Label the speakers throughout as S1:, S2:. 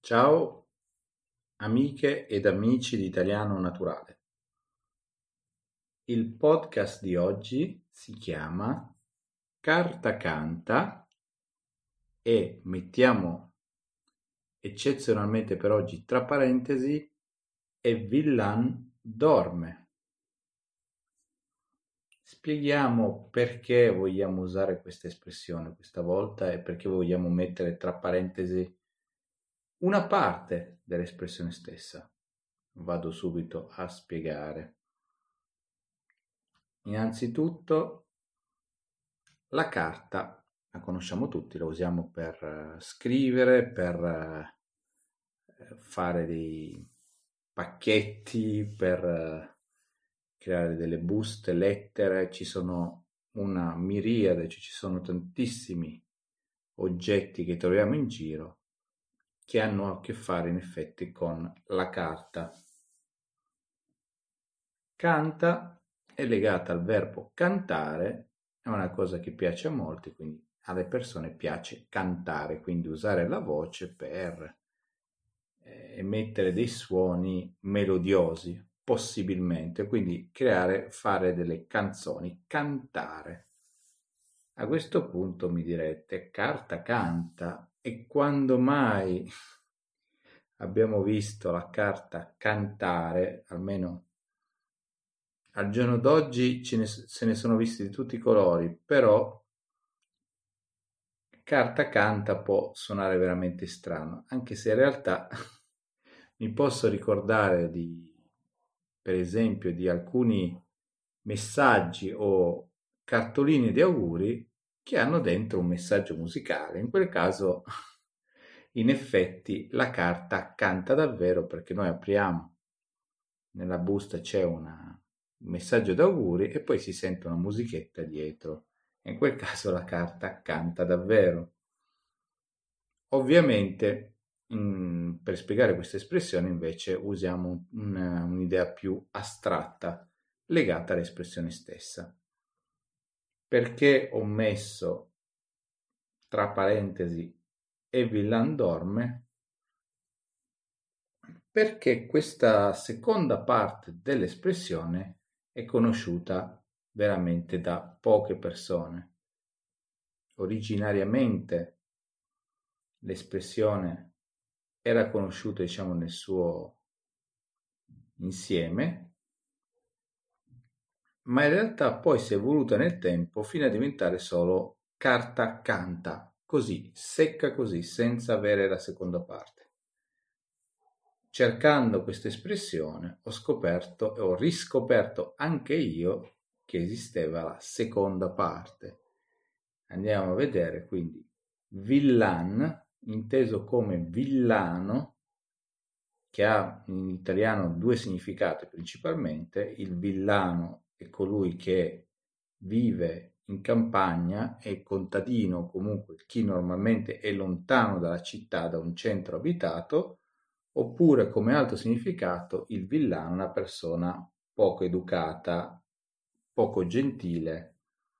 S1: Ciao amiche ed amici di Italiano Naturale. Il podcast di oggi si chiama Carta canta e mettiamo eccezionalmente per oggi tra parentesi e Villan dorme. Spieghiamo perché vogliamo usare questa espressione questa volta e perché vogliamo mettere tra parentesi una parte dell'espressione stessa. Vado subito a spiegare. Innanzitutto, la carta la conosciamo tutti, la usiamo per scrivere, per fare dei pacchetti, per creare delle buste, lettere. Ci sono una miriade, cioè ci sono tantissimi oggetti che troviamo in giro che hanno a che fare in effetti con la carta. Canta è legata al verbo cantare, è una cosa che piace a molti, quindi alle persone piace cantare, quindi usare la voce per emettere dei suoni melodiosi, possibilmente, quindi fare delle canzoni, cantare. A questo punto mi direte, carta canta, e quando mai abbiamo visto la carta cantare, almeno al giorno d'oggi se ne sono visti di tutti i colori, però carta canta può suonare veramente strano, anche se in realtà mi posso ricordare per esempio, di alcuni messaggi o cartoline di auguri che hanno dentro un messaggio musicale. In quel caso, in effetti, la carta canta davvero perché noi apriamo, nella busta c'è un messaggio d'auguri e poi si sente una musichetta dietro. In quel caso la carta canta davvero. Ovviamente, per spiegare questa espressione invece usiamo un'idea più astratta legata all'espressione stessa. Perché ho messo tra parentesi e Villan dorme? Perché questa seconda parte dell'espressione è conosciuta veramente da poche persone. Originariamente l'espressione era conosciuta, diciamo, nel suo insieme, ma in realtà poi si è evoluta nel tempo fino a diventare solo carta canta, così, secca così, senza avere la seconda parte. Cercando questa espressione ho riscoperto anche io che esisteva la seconda parte. Andiamo a vedere quindi villan, inteso come villano, che ha in italiano due significati principalmente. Il villano è colui che vive in campagna, è contadino, comunque chi normalmente è lontano dalla città, da un centro abitato, oppure come altro significato il villano, una persona poco educata, poco gentile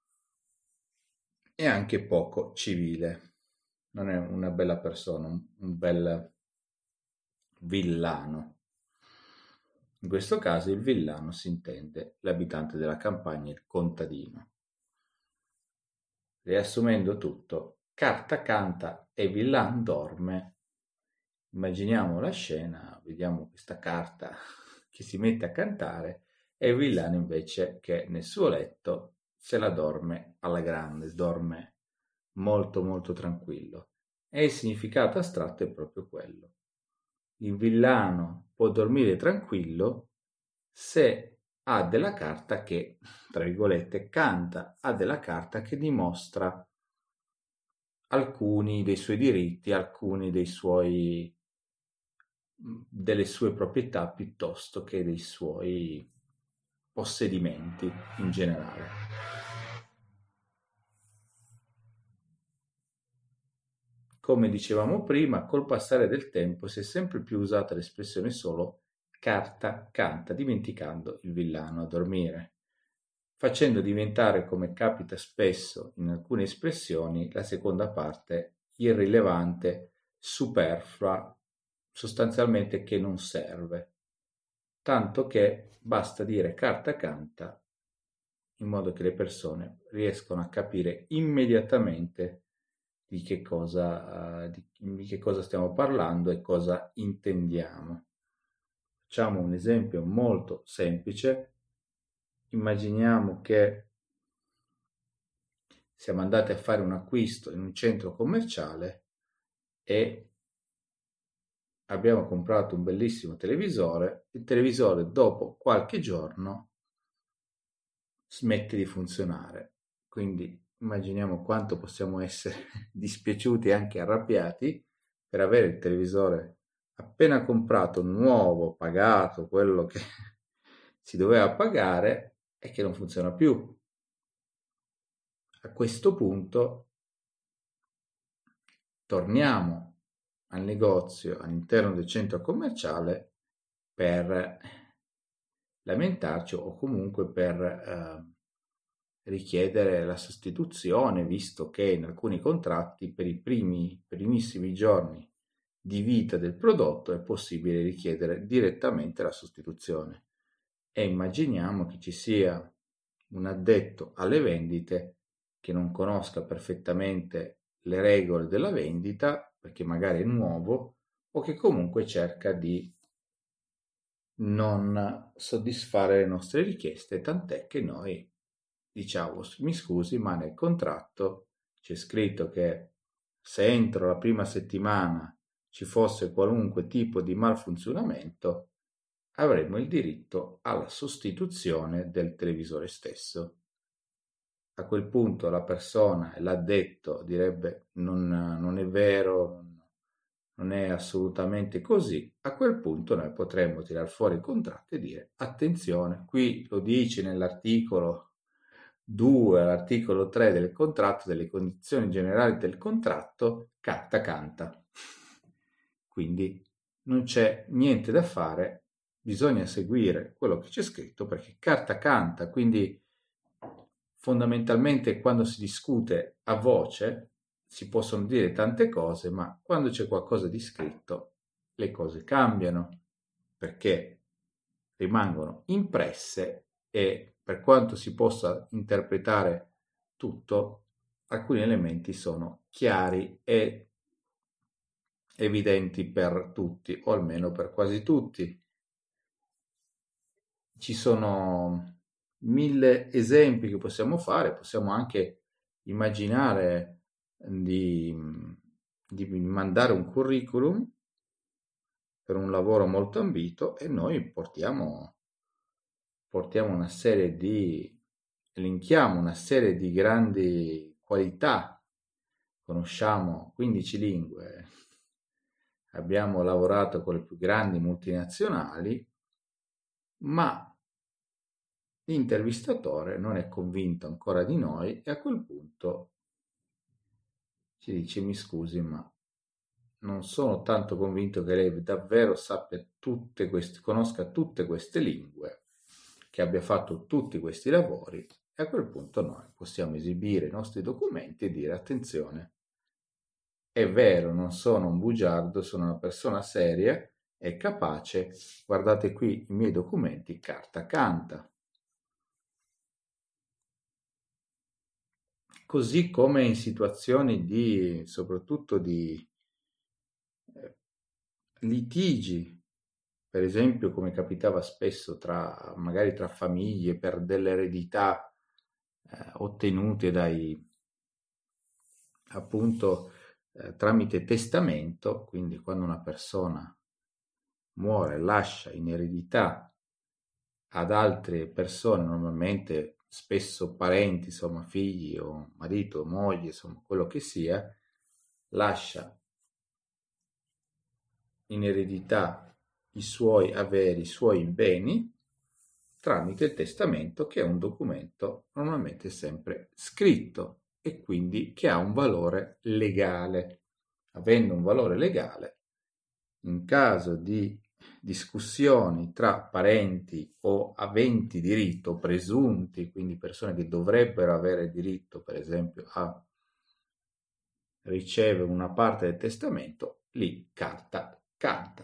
S1: e anche poco civile. Non è una bella persona, un bel villano. In questo caso il villano si intende l'abitante della campagna, il contadino. Riassumendo tutto, carta canta e villan dorme. Immaginiamo la scena, vediamo questa carta che si mette a cantare e il villano invece che nel suo letto se la dorme alla grande, dorme molto molto tranquillo. E il significato astratto è proprio quello. Il villano può dormire tranquillo se ha della carta che, tra virgolette, canta, ha della carta che dimostra alcuni dei suoi diritti, alcuni delle sue proprietà piuttosto che dei suoi possedimenti in generale. Come dicevamo prima, col passare del tempo si è sempre più usata l'espressione solo carta canta, dimenticando il villano a dormire, facendo diventare, come capita spesso in alcune espressioni, la seconda parte irrilevante, superflua sostanzialmente che non serve, tanto che basta dire carta canta in modo che le persone riescono a capire immediatamente di che cosa stiamo parlando e cosa intendiamo. Facciamo un esempio molto semplice. Immaginiamo che siamo andati a fare un acquisto in un centro commerciale e abbiamo comprato un bellissimo televisore. Il televisore dopo qualche giorno smette di funzionare. Quindi immaginiamo quanto possiamo essere dispiaciuti e anche arrabbiati per avere il televisore appena comprato, nuovo, pagato, quello che si doveva pagare e che non funziona più. A questo punto torniamo al negozio all'interno del centro commerciale per lamentarci o comunque per richiedere la sostituzione, visto che in alcuni contratti per i primissimi giorni di vita del prodotto è possibile richiedere direttamente la sostituzione. E immaginiamo che ci sia un addetto alle vendite che non conosca perfettamente le regole della vendita, perché magari è nuovo, o che comunque cerca di non soddisfare le nostre richieste, tant'è che noi diciamo, mi scusi, ma nel contratto c'è scritto che se entro la prima settimana ci fosse qualunque tipo di malfunzionamento, avremmo il diritto alla sostituzione del televisore stesso. A quel punto la persona, l'addetto, direbbe non è vero, non è assolutamente così. A quel punto noi potremmo tirare fuori il contratto e dire attenzione, qui lo dice nell'articolo 2 all'articolo 3 del contratto, delle condizioni generali del contratto, carta canta. Quindi non c'è niente da fare, bisogna seguire quello che c'è scritto perché carta canta, quindi fondamentalmente quando si discute a voce si possono dire tante cose, ma quando c'è qualcosa di scritto le cose cambiano perché rimangono impresse e per quanto si possa interpretare tutto, alcuni elementi sono chiari e evidenti per tutti, o almeno per quasi tutti. Ci sono 1000 esempi che possiamo fare, possiamo anche immaginare di mandare un curriculum per un lavoro molto ambito e noi portiamo una serie elenchiamo una serie di grandi qualità, conosciamo 15 lingue, abbiamo lavorato con le più grandi multinazionali, ma l'intervistatore non è convinto ancora di noi e a quel punto ci dice mi scusi, ma non sono tanto convinto che lei davvero conosca tutte queste lingue, che abbia fatto tutti questi lavori, e a quel punto noi possiamo esibire i nostri documenti e dire attenzione, è vero, non sono un bugiardo, sono una persona seria e capace, guardate qui i miei documenti, carta canta. Così come in situazioni soprattutto di litigi, per esempio come capitava spesso magari tra famiglie per delle eredità ottenute appunto tramite testamento, quindi quando una persona muore, lascia in eredità ad altre persone, normalmente spesso parenti, insomma figli o marito o moglie, insomma quello che sia, lascia in eredità i suoi averi, i suoi beni tramite il testamento, che è un documento normalmente sempre scritto e quindi che ha un valore legale. Avendo un valore legale, in caso di discussioni tra parenti o aventi diritto, presunti, quindi persone che dovrebbero avere diritto, per esempio, a ricevere una parte del testamento, lì carta canta.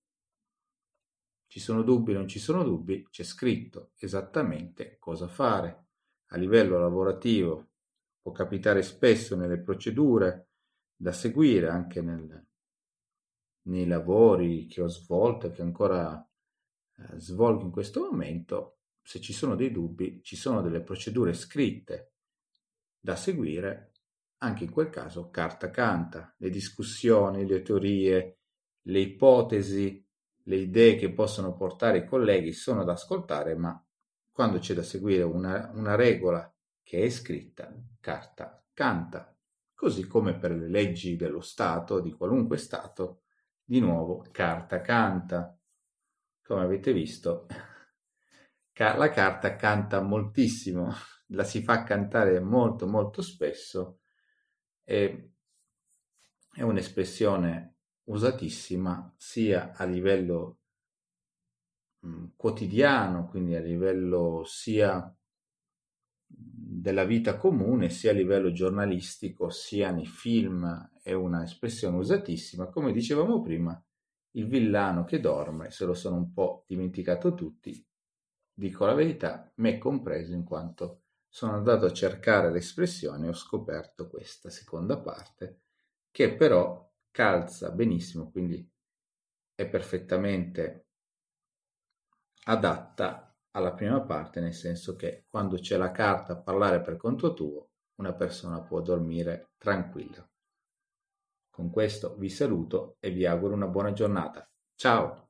S1: Ci sono dubbi, non ci sono dubbi, c'è scritto esattamente cosa fare. A livello lavorativo può capitare spesso nelle procedure da seguire, anche nei lavori che ho svolto e che ancora svolgo in questo momento. Se ci sono dei dubbi, ci sono delle procedure scritte da seguire. Anche in quel caso carta canta, le discussioni, le teorie, le ipotesi, le idee che possono portare i colleghi sono da ascoltare, ma quando c'è da seguire una regola che è scritta, carta canta. Così come per le leggi dello Stato, di qualunque Stato, di nuovo carta canta. Come avete visto, la carta canta moltissimo, la si fa cantare molto molto spesso e è un'espressione usatissima sia a livello quotidiano, quindi a livello sia della vita comune, sia a livello giornalistico, sia nei film, è una espressione usatissima. Come dicevamo prima, il villano che dorme, se lo sono un po' dimenticato tutti, dico la verità, me compreso, in quanto sono andato a cercare l'espressione e ho scoperto questa seconda parte, che però calza benissimo, quindi è perfettamente adatta alla prima parte, nel senso che quando c'è la carta a parlare per conto tuo, una persona può dormire tranquilla. Con questo vi saluto e vi auguro una buona giornata. Ciao!